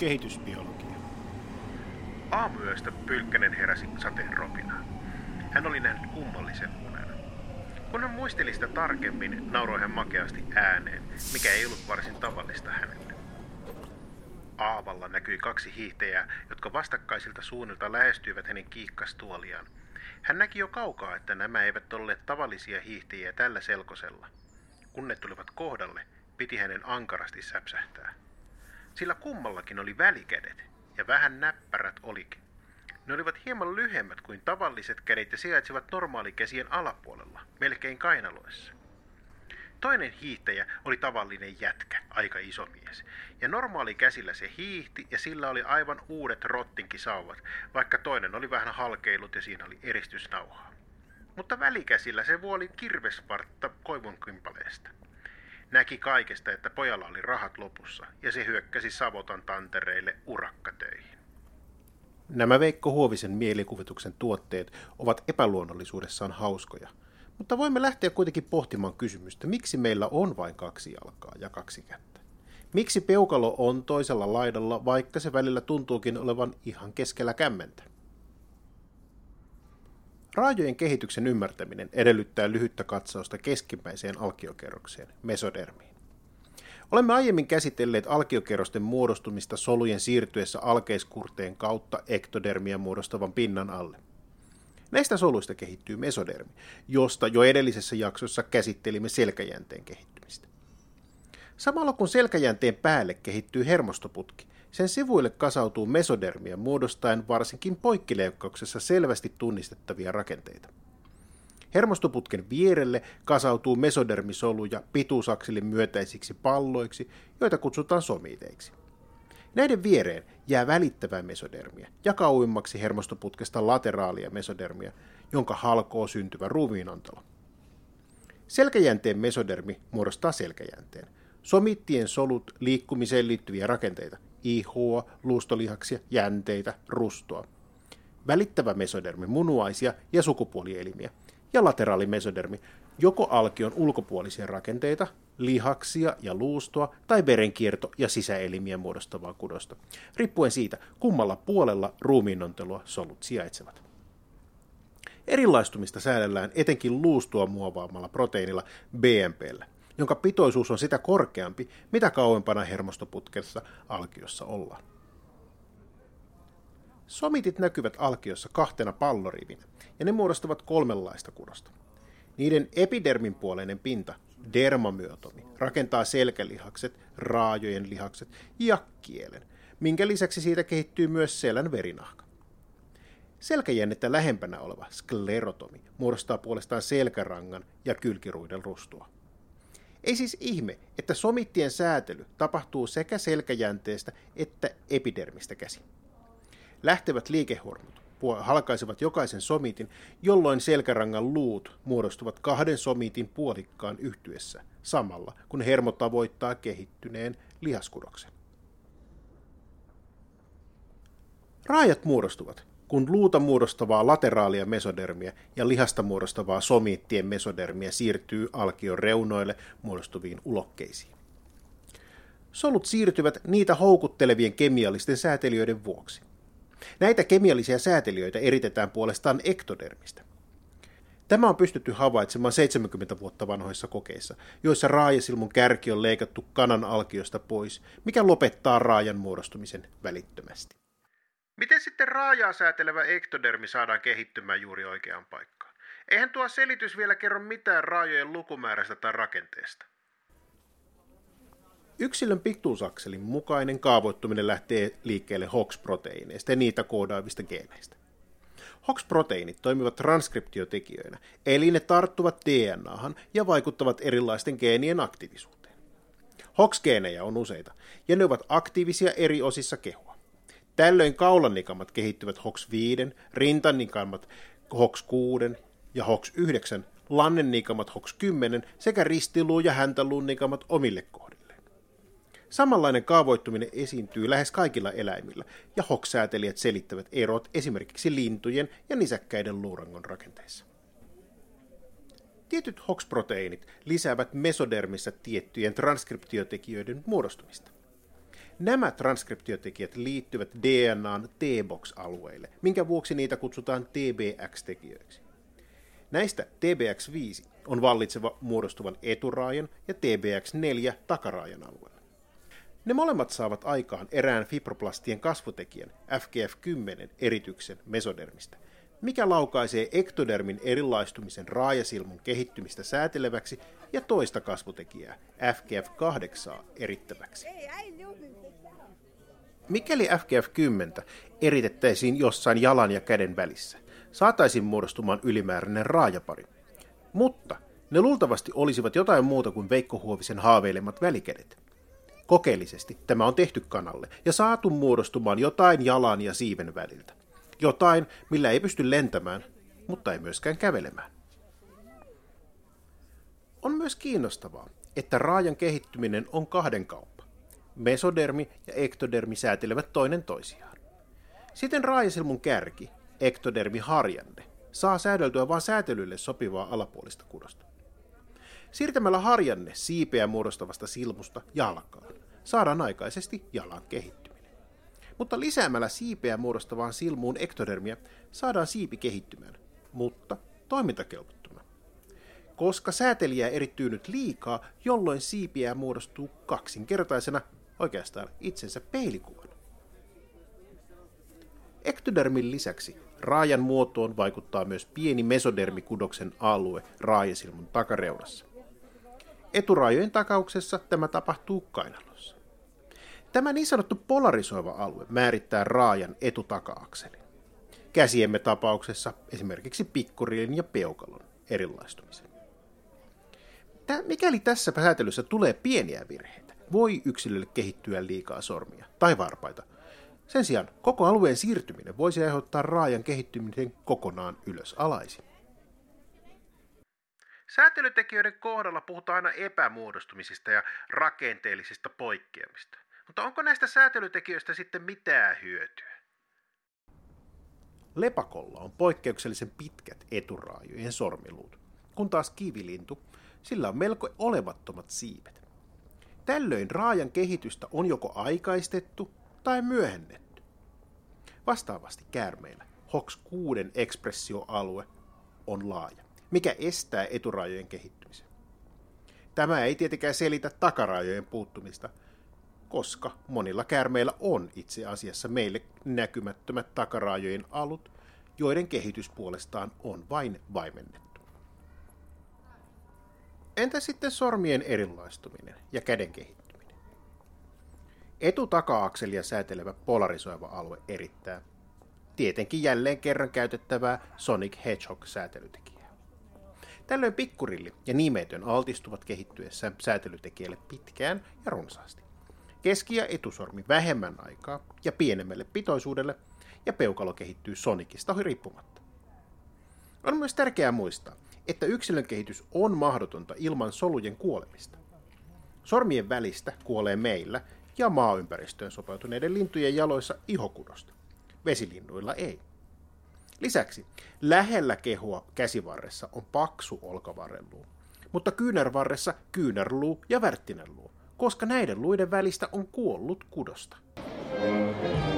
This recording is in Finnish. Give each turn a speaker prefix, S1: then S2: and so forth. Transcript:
S1: Kehitysbiologia.
S2: Aamuyöstä Pylkkänen heräsi sateenropinaan. Hän oli nähnyt kummallisen unen. Kun hän muisteli sitä tarkemmin, nauroi hän makeasti ääneen, mikä ei ollut varsin tavallista hänelle. Aavalla näkyi kaksi hiihtäjää, jotka vastakkaisilta suunnilta lähestyivät hänen kiikkastuoliaan. Hän näki jo kaukaa, että nämä eivät olleet tavallisia hiihtäjiä tällä selkosella. Kun ne tulivat kohdalle, piti hänen ankarasti säpsähtää. Sillä kummallakin oli välikädet, ja vähän näppärät olikin. Ne olivat hieman lyhyemmät kuin tavalliset kädet ja sijaitsivat normaalikäsien alapuolella, melkein kainaloissa. Toinen hiihtäjä oli tavallinen jätkä, aika iso mies, ja normaalikäsillä se hiihti ja sillä oli aivan uudet rottinkisauvat, vaikka toinen oli vähän halkeillut ja siinä oli eristysnauhaa. Mutta välikäsillä se vuoli kirvesvartta koivunkympaleesta. Näki kaikesta, että pojalla oli rahat lopussa, ja se hyökkäsi Savotan tantereille urakkatöihin.
S1: Nämä Veikko Huovisen mielikuvituksen tuotteet ovat epäluonnollisuudessaan hauskoja, mutta voimme lähteä kuitenkin pohtimaan kysymystä, miksi meillä on vain 2 jalkaa ja 2 kättä. Miksi peukalo on toisella laidalla, vaikka se välillä tuntuukin olevan ihan keskellä kämmentä? Raajojen kehityksen ymmärtäminen edellyttää lyhyttä katsausta keskimmäiseen alkiokerrokseen, mesodermiin. Olemme aiemmin käsitelleet alkiokerrosten muodostumista solujen siirtyessä alkeiskurteen kautta ektodermia muodostavan pinnan alle. Näistä soluista kehittyy mesodermi, josta jo edellisessä jaksossa käsittelimme selkäjänteen kehittymistä. Samalla kun selkäjänteen päälle kehittyy hermostoputki, sen sivuille kasautuu mesodermia muodostaen varsinkin poikkileikkauksessa selvästi tunnistettavia rakenteita. Hermostoputken vierelle kasautuu mesodermisoluja pituusakselin myötäisiksi palloiksi, joita kutsutaan somiiteiksi. Näiden viereen jää välittävää mesodermia ja kauimmaksi hermostoputkesta lateraalia mesodermia, jonka halkoo syntyvä ruumiinontelo. Selkäjänteen mesodermi muodostaa selkäjänteen. Somittien solut liikkumiseen liittyviä rakenteita, ihoa, luustolihaksia, jänteitä, rustoa. Välittävä mesodermi munuaisia ja sukupuolielimiä. Ja lateraali mesodermi joko alkion ulkopuolisia rakenteita, lihaksia ja luustoa tai verenkierto- ja sisäelimiä muodostavaa kudosta, riippuen siitä, kummalla puolella ruumiinontelua solut sijaitsevat. Erilaistumista säädellään etenkin luustoa muovaamalla proteiinilla BMP:llä, jonka pitoisuus on sitä korkeampi, mitä kauempana hermostoputkessa alkiossa ollaan. Somitit näkyvät alkiossa 2 pallorivinä, ja ne muodostavat 3 kudosta. Niiden epidermin puoleinen pinta, dermamyotomi, rakentaa selkälihakset, raajojen lihakset ja kielen, minkä lisäksi siitä kehittyy myös selän verinahka. Selkäjännettä lähempänä oleva sklerotomi muodostaa puolestaan selkärangan ja kylkiruiden rustoa. Ei siis ihme, että somittien säätely tapahtuu sekä selkäjänteestä että epidermistä käsin. Lähtevät liikehormot halkaisevat jokaisen somitin, jolloin selkärangan luut muodostuvat 2 somitin puolikkaan yhtyessä samalla, kun hermo tavoittaa kehittyneen lihaskudoksen. Raajat muodostuvat, kun luuta muodostavaa lateraalia mesodermia ja lihasta muodostavaa somiittien mesodermia siirtyy alkion reunoille muodostuviin ulokkeisiin. Solut siirtyvät niitä houkuttelevien kemiallisten säätelijöiden vuoksi. Näitä kemiallisia säätelijöitä eritetään puolestaan ektodermistä. Tämä on pystytty havaitsemaan 70 vuotta vanhoissa kokeissa, joissa raajasilmun kärki on leikattu kanan alkiosta pois, mikä lopettaa raajan muodostumisen välittömästi.
S2: Miten sitten raajaa säätelevä ektodermi saadaan kehittymään juuri oikeaan paikkaan? Eihän tuo selitys vielä kerro mitään raajojen lukumäärästä tai rakenteesta.
S1: Yksilön pituusakselin mukainen kaavoittuminen lähtee liikkeelle HOX-proteiineista ja niitä koodaavista geeneistä. HOX-proteiinit toimivat transkriptiotekijöinä, eli ne tarttuvat DNAhan ja vaikuttavat erilaisten geenien aktiivisuuteen. HOX-geenejä on useita, ja ne ovat aktiivisia eri osissa kehoa. Tällöin kaulanikamat kehittyvät HOX5, rintanikamat HOX6 ja HOX9, lannennikamat HOX10 sekä ristiluu- ja häntäluun nikamat omille kohdilleen. Samanlainen kaavoittuminen esiintyy lähes kaikilla eläimillä, ja HOX-säätelijät selittävät erot esimerkiksi lintujen ja nisäkkäiden luurangon rakenteissa. Tietyt HOX-proteiinit lisäävät mesodermissa tiettyjen transkriptiotekijöiden muodostumista. Nämä transkriptiotekijät liittyvät DNAn T-box-alueille, minkä vuoksi niitä kutsutaan TBX-tekijöiksi. Näistä TBX5 on vallitseva muodostuvan eturaajan ja TBX4 takaraajan alueella. Ne molemmat saavat aikaan erään fibroblastien kasvutekijän FGF10 erityksen mesodermistä, mikä laukaisee ektodermin erilaistumisen raajasilmun kehittymistä sääteleväksi ja toista kasvutekijää FGF8 erittäväksi. Mikäli FGF10 eritettäisiin jossain jalan ja käden välissä, saataisiin muodostumaan ylimääräinen raajapari. Mutta ne luultavasti olisivat jotain muuta kuin Veikko Huovisen haaveilemat välikädet. Kokeellisesti tämä on tehty kanalle ja saatu muodostumaan jotain jalan ja siiven väliltä. Jotain, millä ei pysty lentämään, mutta ei myöskään kävelemään. On myös kiinnostavaa, että raajan kehittyminen on kahden kauppa. Mesodermi ja ektodermi säätelevät toinen toisiaan. Siten raajasilmun kärki, ektodermi harjanne, saa säädeltyä vain säätelylle sopivaa alapuolista kudosta. Siirtämällä harjanne siipeä muodostavasta silmusta jalkaan saadaan aikaisesti jalan kehittyminen. Mutta lisäämällä siipeä muodostavaan silmuun ektodermia saadaan siipi kehittymään, mutta toimintakelvottomana. Koska säätelijä erittyy nyt liikaa, jolloin siipiä muodostuu kaksinkertaisena, oikeastaan itsensä peilikuvana. Ektodermin lisäksi raajan muotoon vaikuttaa myös pieni mesodermikudoksen alue raajasilmun takareunassa. Eturaajojen takauksessa tämä tapahtuu kainalossa. Tämä niin sanottu polarisoiva alue määrittää raajan etutaka-akselin. Käsiemme tapauksessa esimerkiksi pikkurilin ja peukalon erilaistumisen. Mikäli tässä säätelyssä tulee pieniä virheitä, voi yksilölle kehittyä liikaa sormia tai varpaita. Sen sijaan koko alueen siirtyminen voisi aiheuttaa raajan kehittymisen kokonaan ylös alaisin.
S2: Säätelytekijöiden kohdalla puhutaan aina epämuodostumisista ja rakenteellisista poikkeamista. Mutta onko näistä säätelytekijöistä sitten mitään hyötyä?
S1: Lepakolla on poikkeuksellisen pitkät eturaajojen sormiluut, kun taas kivilintu, sillä on melko olevattomat siivet. Tällöin raajan kehitystä on joko aikaistettu tai myöhennetty. Vastaavasti käärmeillä HOX6 ekspressioalue on laaja, mikä estää eturaajojen kehittymisen. Tämä ei tietenkään selitä takaraajojen puuttumista, koska monilla käärmeillä on itse asiassa meille näkymättömät takaraajojen alut, joiden kehitys puolestaan on vain vaimennettu. Entä sitten sormien erilaistuminen ja käden kehittyminen? Etutaka-akselia säätelevä polarisoiva alue erittää tietenkin jälleen kerran käytettävää Sonic Hedgehog-säätelytekijää. Tällöin pikkurilli ja nimetön altistuvat kehittyessään säätelytekijälle pitkään ja runsaasti. Keski- ja etusormi vähemmän aikaa ja pienemmälle pitoisuudelle, ja peukalo kehittyy Sonicista riippumatta. On myös tärkeää muistaa, että yksilön kehitys on mahdotonta ilman solujen kuolemista. Sormien välistä kuolee meillä ja maaympäristöön sopeutuneiden lintujen jaloissa ihokudosta. Vesilinnuilla ei. Lisäksi lähellä kehoa käsivarressa on paksu olkavarreluu, mutta kyynärvarressa kyynärluu ja värttinänluu, koska näiden luiden välistä on kuollut kudosta.